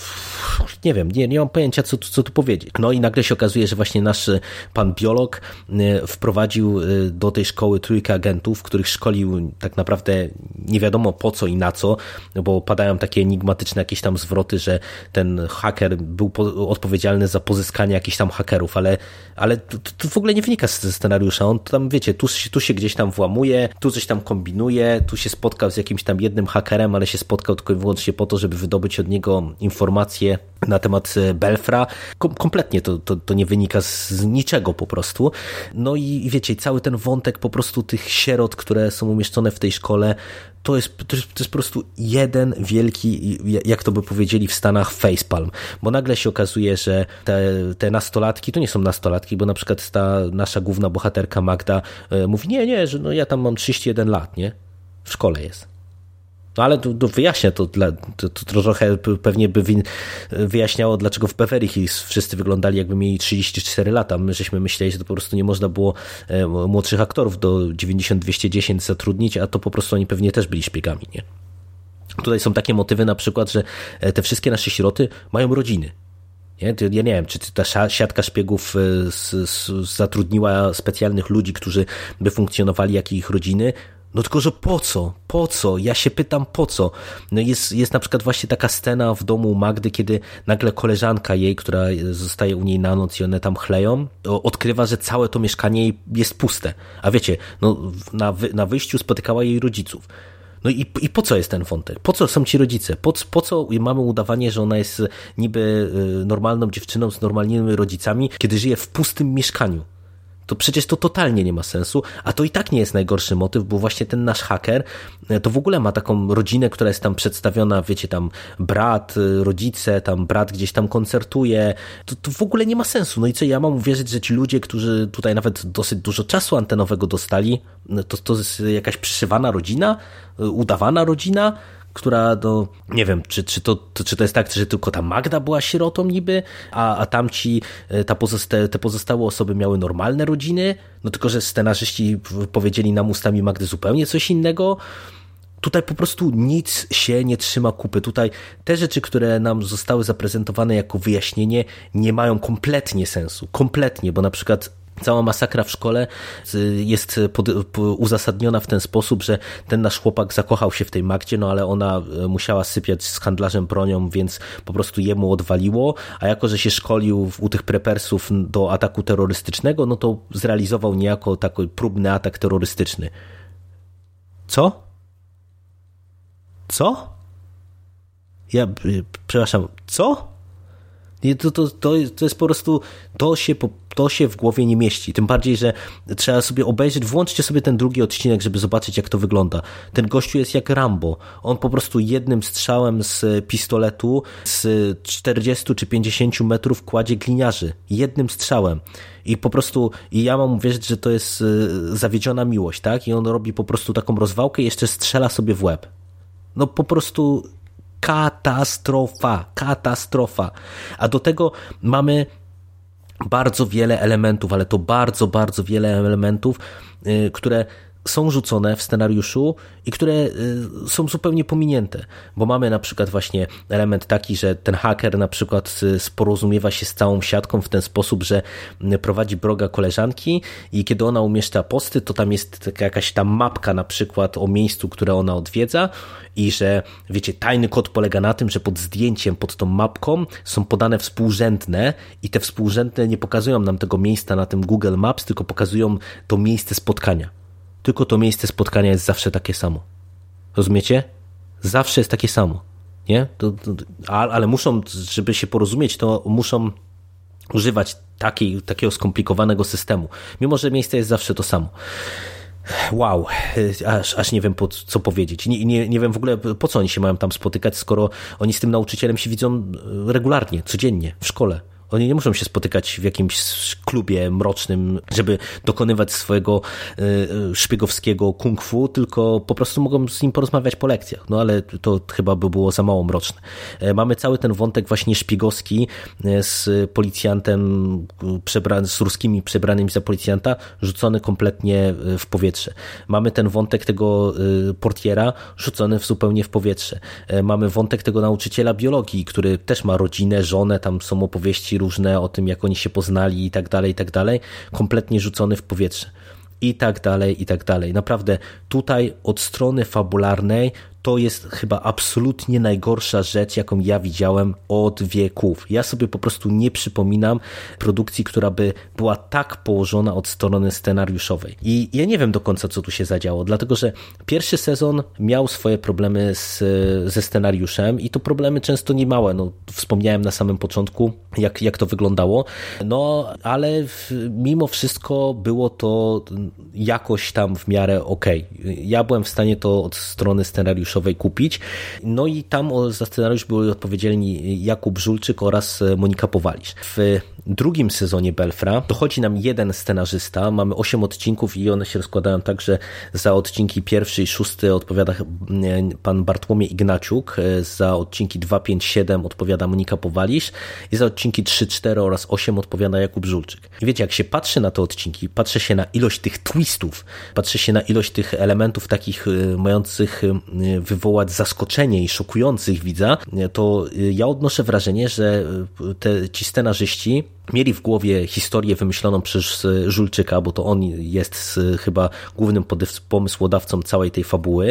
nie wiem, nie mam pojęcia, co tu powiedzieć. No i nagle się okazuje, że właśnie nasz pan biolog wprowadził do tej szkoły trójkę agentów, których szkolił tak naprawdę nie wiadomo po co i na co, bo padają takie enigmatyczne jakieś tam zwroty, że ten haker był odpowiedzialny za pozyskanie jakichś tam hakerów, ale to w ogóle nie wynika ze scenariusza. On tam, wiecie, tu się gdzieś tam włamuje, tu coś tam kombinuje, tu się spotkał z jakimś tam jednym hakerem, ale się spotkał tylko i wyłącznie po to, żeby wydobyć od niego informacje na temat Belfra. Kompletnie to nie wynika z niczego po prostu. No i wiecie, cały ten wątek po prostu tych sierot, które są umieszczone w tej szkole, to jest po prostu jeden wielki, jak to by powiedzieli w Stanach, facepalm. Bo nagle się okazuje, że te nastolatki, to nie są nastolatki, bo na przykład ta nasza główna bohaterka Magda mówi, nie, że no ja tam mam 31 lat, nie? W szkole jest. No ale to wyjaśnia to trochę pewnie by wyjaśniało, dlaczego w Beverly Hills wszyscy wyglądali jakby mieli 34 lata. My żeśmy myśleli, że to po prostu nie można było młodszych aktorów do 90-210 zatrudnić, a to po prostu oni pewnie też byli szpiegami, nie? Tutaj są takie motywy na przykład, że te wszystkie nasze sieroty mają rodziny. Nie? Ja nie wiem, czy ta siatka szpiegów zatrudniła specjalnych ludzi, którzy by funkcjonowali jak ich rodziny. No tylko, że po co? Po co? Ja się pytam, po co? No jest na przykład właśnie taka scena w domu Magdy, kiedy nagle koleżanka jej, która zostaje u niej na noc i one tam chleją, odkrywa, że całe to mieszkanie jest puste. A wiecie, no na wyjściu spotykała jej rodziców. No i po co jest ten wątek? Po co są ci rodzice? Po co mamy udawanie, że ona jest niby normalną dziewczyną z normalnymi rodzicami, kiedy żyje w pustym mieszkaniu? To przecież to totalnie nie ma sensu, a to i tak nie jest najgorszy motyw, bo właśnie ten nasz haker to w ogóle ma taką rodzinę, która jest tam przedstawiona, wiecie, tam brat, rodzice, tam brat gdzieś tam koncertuje, to w ogóle nie ma sensu. No i co, ja mam uwierzyć, że ci ludzie, którzy tutaj nawet dosyć dużo czasu antenowego dostali, to jest jakaś przyszywana rodzina, udawana rodzina, która, no, nie wiem, czy to jest tak, że tylko ta Magda była sierotą niby, a tamci, te pozostałe osoby miały normalne rodziny, no tylko, że scenarzyści powiedzieli nam ustami Magdy zupełnie coś innego. Tutaj po prostu nic się nie trzyma kupy. Tutaj te rzeczy, które nam zostały zaprezentowane jako wyjaśnienie, nie mają kompletnie sensu. Kompletnie, bo na przykład cała masakra w szkole jest uzasadniona w ten sposób, że ten nasz chłopak zakochał się w tej Magdzie, no ale ona musiała sypiać z handlarzem bronią, więc po prostu jemu odwaliło, a jako, że się szkolił u tych prepersów do ataku terrorystycznego, no to zrealizował niejako taki próbny atak terrorystyczny. Co? Co? Przepraszam, co? To jest po prostu, to się w głowie nie mieści. Tym bardziej, że trzeba sobie obejrzeć, włączcie sobie ten drugi odcinek, żeby zobaczyć, jak to wygląda. Ten gościu jest jak Rambo. On po prostu jednym strzałem z pistoletu z 40 czy 50 metrów kładzie gliniarzy. Jednym strzałem. I po prostu, i ja mam uwierzyć, że to jest zawiedziona miłość, tak? I on robi po prostu taką rozwałkę i jeszcze strzela sobie w łeb. No po prostu katastrofa. A do tego mamy bardzo wiele elementów, ale to bardzo, bardzo wiele elementów, które są rzucone w scenariuszu i które są zupełnie pominięte, bo mamy na przykład właśnie element taki, że ten haker na przykład porozumiewa się z całą siatką w ten sposób, że prowadzi bloga koleżanki i kiedy ona umieszcza posty, to tam jest taka jakaś tam mapka na przykład o miejscu, które ona odwiedza i że, wiecie, tajny kod polega na tym, że pod zdjęciem, pod tą mapką są podane współrzędne i te współrzędne nie pokazują nam tego miejsca na tym Google Maps, tylko pokazują to miejsce spotkania. Tylko to miejsce spotkania jest zawsze takie samo. Rozumiecie? Zawsze jest takie samo. Nie? Ale muszą, żeby się porozumieć, to muszą używać takiego skomplikowanego systemu. Mimo że miejsce jest zawsze to samo. Wow, aż nie wiem co powiedzieć. Nie wiem w ogóle po co oni się mają tam spotykać, skoro oni z tym nauczycielem się widzą regularnie, codziennie, w szkole. Oni nie muszą się spotykać w jakimś klubie mrocznym, żeby dokonywać swojego szpiegowskiego kung fu, tylko po prostu mogą z nim porozmawiać po lekcjach. No ale to chyba by było za mało mroczne. Mamy cały ten wątek właśnie szpiegowski z policjantem, z ruskimi przebranymi za policjanta, rzucony kompletnie w powietrze. Mamy ten wątek tego portiera rzucony zupełnie w powietrze. Mamy wątek tego nauczyciela biologii, który też ma rodzinę, żonę, tam są opowieści różne o tym, jak oni się poznali i tak dalej, kompletnie rzucony w powietrze. i tak dalej, i tak dalej. Naprawdę tutaj od strony fabularnej to jest chyba absolutnie najgorsza rzecz, jaką ja widziałem od wieków. Ja sobie po prostu nie przypominam produkcji, która by była tak położona od strony scenariuszowej. I ja nie wiem do końca, co tu się zadziało, dlatego że pierwszy sezon miał swoje problemy ze scenariuszem i to problemy często niemałe. No, wspomniałem na samym początku, jak to wyglądało. No, ale mimo wszystko było to jakoś tam w miarę okej. Ja byłem w stanie to od strony scenariuszowej kupić. No i tam za scenariusz byli odpowiedzialni Jakub Żulczyk oraz Monika Powalisz. W drugim sezonie Belfra dochodzi nam jeden scenarzysta, mamy 8 odcinków i one się rozkładają tak, że za odcinki 1 i 6 odpowiada pan Bartłomiej Ignaciuk, za odcinki 2, 5, 7 odpowiada Monika Powalisz i za odcinki 3, 4 oraz 8 odpowiada Jakub Żulczyk. I wiecie, jak się patrzy na te odcinki, patrzy się na ilość tych twistów, patrzy się na ilość tych elementów takich mających wywołać zaskoczenie i szokujących widza, to ja odnoszę wrażenie, że ci scenarzyści mieli w głowie historię wymyśloną przez Żulczyka, bo to on jest chyba głównym pomysłodawcą całej tej fabuły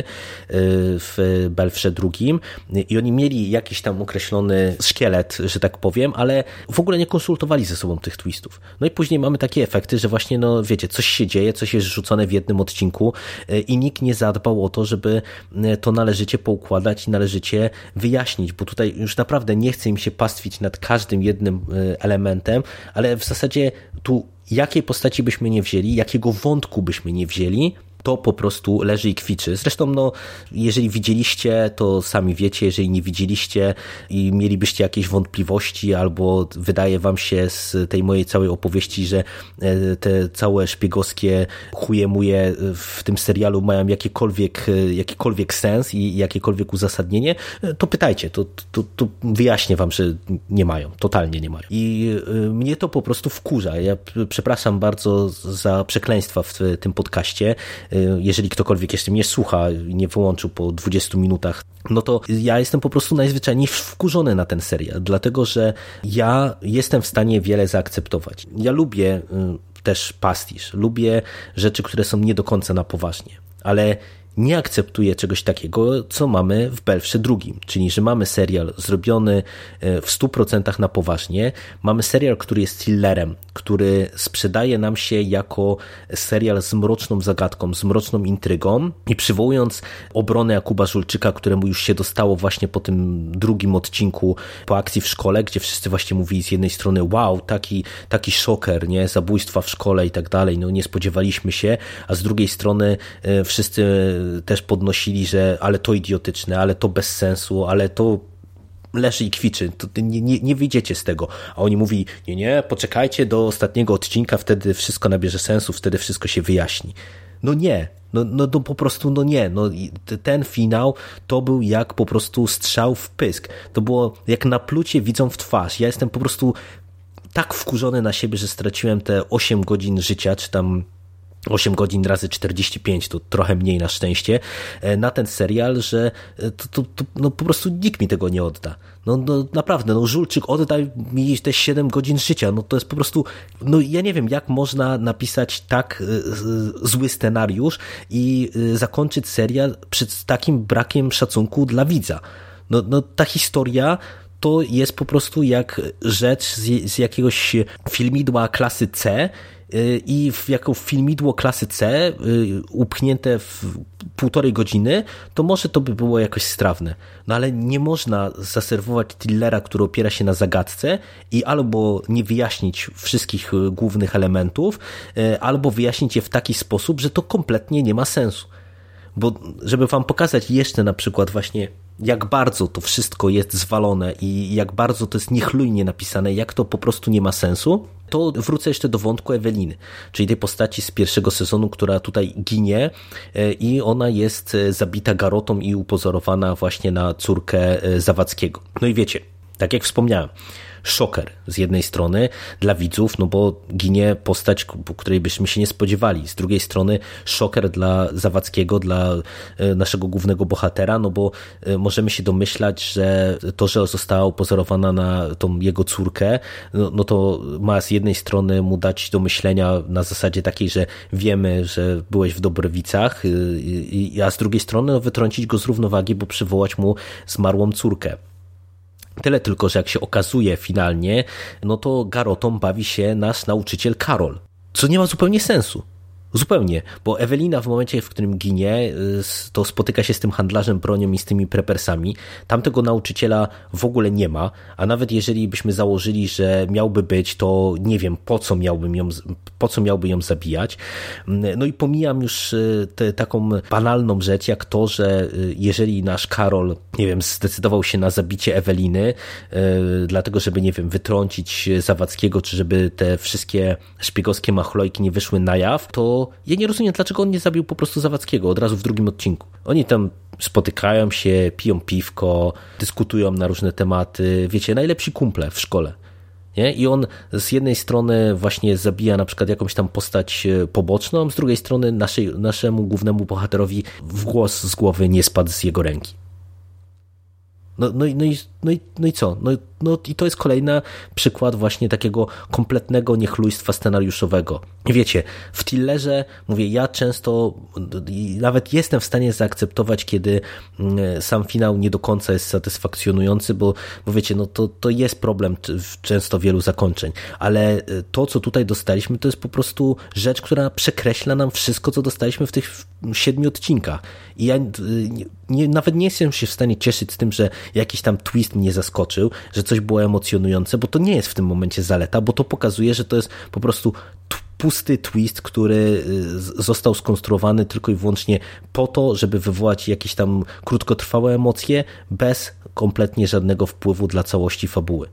w Belfrze II i oni mieli jakiś tam określony szkielet, że tak powiem, ale w ogóle nie konsultowali ze sobą tych twistów. No i później mamy takie efekty, że właśnie, no wiecie, coś się dzieje, coś jest rzucone w jednym odcinku i nikt nie zadbał o to, żeby to należycie poukładać i należycie wyjaśnić, bo tutaj już naprawdę nie chce im się pastwić nad każdym jednym elementem, ale w zasadzie tu jakiej postaci byśmy nie wzięli, jakiego wątku byśmy nie wzięli, to po prostu leży i kwiczy. Zresztą, no, jeżeli widzieliście, to sami wiecie, jeżeli nie widzieliście i mielibyście jakieś wątpliwości, albo wydaje wam się z tej mojej całej opowieści, że te całe szpiegowskie chujemuje w tym serialu mają jakikolwiek sens i jakiekolwiek uzasadnienie, to pytajcie, to wyjaśnię wam, że nie mają, totalnie nie mają. I mnie to po prostu wkurza. Ja przepraszam bardzo za przekleństwa w tym podcaście. Jeżeli ktokolwiek jeszcze mnie słucha i nie wyłączył po 20 minutach, no to ja jestem po prostu najzwyczajniej wkurzony na ten serial, dlatego że ja jestem w stanie wiele zaakceptować. Ja lubię też pastisz, lubię rzeczy, które są nie do końca na poważnie, ale nie akceptuję czegoś takiego, co mamy w Belfrze II, czyli że mamy serial zrobiony w 100% na poważnie, mamy serial, który jest thrillerem, który sprzedaje nam się jako serial z mroczną zagadką, z mroczną intrygą i przywołując obronę Jakuba Żulczyka, któremu już się dostało właśnie po tym drugim odcinku po akcji w szkole, gdzie wszyscy właśnie mówili z jednej strony wow, taki szoker, nie, zabójstwa w szkole i tak dalej, no nie spodziewaliśmy się, a z drugiej strony wszyscy też podnosili, że ale to idiotyczne, ale to bez sensu, ale to leży i kwiczy, to nie wyjdziecie z tego. A oni mówi, nie, poczekajcie do ostatniego odcinka, wtedy wszystko nabierze sensu, wtedy wszystko się wyjaśni. No nie, no po prostu no nie, no ten finał to był jak po prostu strzał w pysk. To było jak naplucie widzom w twarz. Ja jestem po prostu tak wkurzony na siebie, że straciłem te 8 godzin życia, czy tam 8 godzin razy 45, to trochę mniej na szczęście, na ten serial, że no po prostu nikt mi tego nie odda. No naprawdę, no Żulczyk, oddaj mi te 7 godzin życia, no to jest po prostu, no ja nie wiem, jak można napisać tak zły scenariusz i zakończyć serial przed takim brakiem szacunku dla widza. No ta historia to jest po prostu jak rzecz z jakiegoś filmidła klasy C, i jako filmidło klasy C upchnięte w 1,5 godziny, to może to by było jakoś strawne. No ale nie można zaserwować thrillera, który opiera się na zagadce i albo nie wyjaśnić wszystkich głównych elementów, albo wyjaśnić je w taki sposób, że to kompletnie nie ma sensu. Bo żeby wam pokazać jeszcze na przykład właśnie jak bardzo to wszystko jest zwalone i jak bardzo to jest niechlujnie napisane, jak to po prostu nie ma sensu, to wrócę jeszcze do wątku Eweliny, czyli tej postaci z pierwszego sezonu, która tutaj ginie i ona jest zabita garotą i upozorowana właśnie na córkę Zawadzkiego. No i wiecie, Tak jak wspomniałem, szoker z jednej strony dla widzów, no bo ginie postać, której byśmy się nie spodziewali. Z drugiej strony szoker dla Zawadzkiego, dla naszego głównego bohatera, no bo możemy się domyślać, że to, że została upozorowana na tą jego córkę, no to ma z jednej strony mu dać do myślenia na zasadzie takiej, że wiemy, że byłeś w Dobrowicach, a z drugiej strony no, wytrącić go z równowagi, bo przywołać mu zmarłą córkę. Tyle tylko, że jak się okazuje finalnie, no to garotą bawi się nasz nauczyciel Karol, co nie ma zupełnie sensu. Zupełnie, bo Ewelina w momencie, w którym ginie, to spotyka się z tym handlarzem bronią i z tymi prepersami. Tamtego nauczyciela w ogóle nie ma, a nawet jeżeli byśmy założyli, że miałby być, to nie wiem, po co miałby ją zabijać. No i pomijam już taką banalną rzecz, jak to, że jeżeli nasz Karol, nie wiem, zdecydował się na zabicie Eweliny, dlatego żeby, nie wiem, wytrącić Zawadzkiego, czy żeby te wszystkie szpiegowskie machlojki nie wyszły na jaw, to ja nie rozumiem, dlaczego on nie zabił po prostu Zawadzkiego od razu w drugim odcinku. Oni tam spotykają się, piją piwko, dyskutują na różne tematy, wiecie, najlepsi kumple w szkole. Nie? I on z jednej strony właśnie zabija na przykład jakąś tam postać poboczną, z drugiej strony naszemu głównemu bohaterowi włos z głowy nie spadł z jego ręki. No i co? No i to jest kolejny przykład właśnie takiego kompletnego niechlujstwa scenariuszowego. Wiecie, w Tillerze, mówię, ja często nawet jestem w stanie zaakceptować, kiedy sam finał nie do końca jest satysfakcjonujący, bo wiecie, no to jest problem często wielu zakończeń, ale to, co tutaj dostaliśmy, to jest po prostu rzecz, która przekreśla nam wszystko, co dostaliśmy w tych 7 odcinkach. I ja nawet nie jestem się w stanie cieszyć z tym, że jakiś tam twist mnie zaskoczył, że coś było emocjonujące, bo to nie jest w tym momencie zaleta, bo to pokazuje, że to jest po prostu pusty twist, który został skonstruowany tylko i wyłącznie po to, żeby wywołać jakieś tam krótkotrwałe emocje, bez kompletnie żadnego wpływu dla całości fabuły.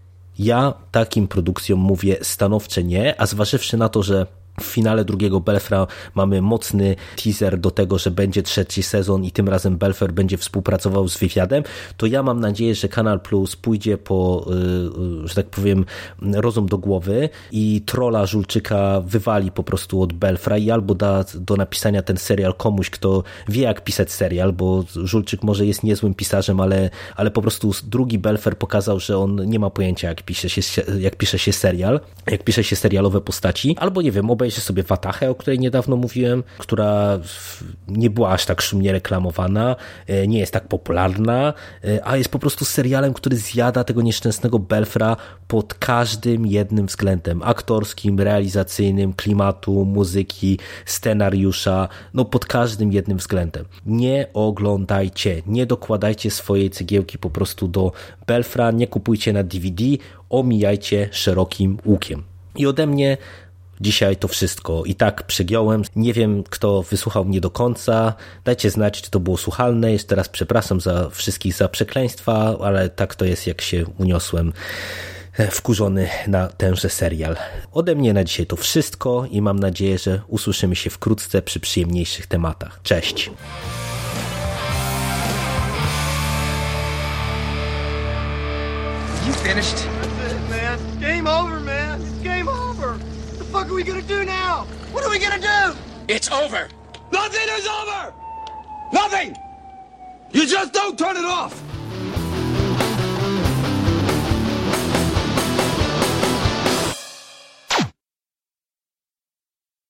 Ja takim produkcjom mówię stanowcze nie, a zważywszy na to, że w finale drugiego Belfra mamy mocny teaser do tego, że będzie 3. sezon i tym razem Belfer będzie współpracował z wywiadem, to ja mam nadzieję, że Kanal Plus pójdzie po, że tak powiem, rozum do głowy i trolla Żulczyka wywali po prostu od Belfra i albo da do napisania ten serial komuś, kto wie jak pisać serial, bo Żulczyk może jest niezłym pisarzem, ale po prostu drugi Belfer pokazał, że on nie ma pojęcia jak pisze się serial, jak pisze się serialowe postaci, albo nie wiem, obejrzy sobie Watachę, o której niedawno mówiłem, która nie była aż tak szumnie reklamowana, nie jest tak popularna, a jest po prostu serialem, który zjada tego nieszczęsnego Belfra pod każdym jednym względem. Aktorskim, realizacyjnym, klimatu, muzyki, scenariusza, no pod każdym jednym względem. Nie oglądajcie, nie dokładajcie swojej cegiełki po prostu do Belfra, nie kupujcie na DVD, omijajcie szerokim łukiem. I ode mnie dzisiaj to wszystko. I tak przegiąłem. Nie wiem, kto wysłuchał mnie do końca. Dajcie znać, czy to było słuchalne. Jeszcze raz przepraszam za wszystkich za przekleństwa, ale tak to jest, jak się uniosłem wkurzony na tenże serial. Ode mnie na dzisiaj to wszystko i mam nadzieję, że usłyszymy się wkrótce przy przyjemniejszych tematach. Cześć! You finished? That's it, man. Game over, man. It's game over. What the fuck are we gonna do now? What are we gonna do? It's over! Nothing is over! Nothing! You just don't turn it off!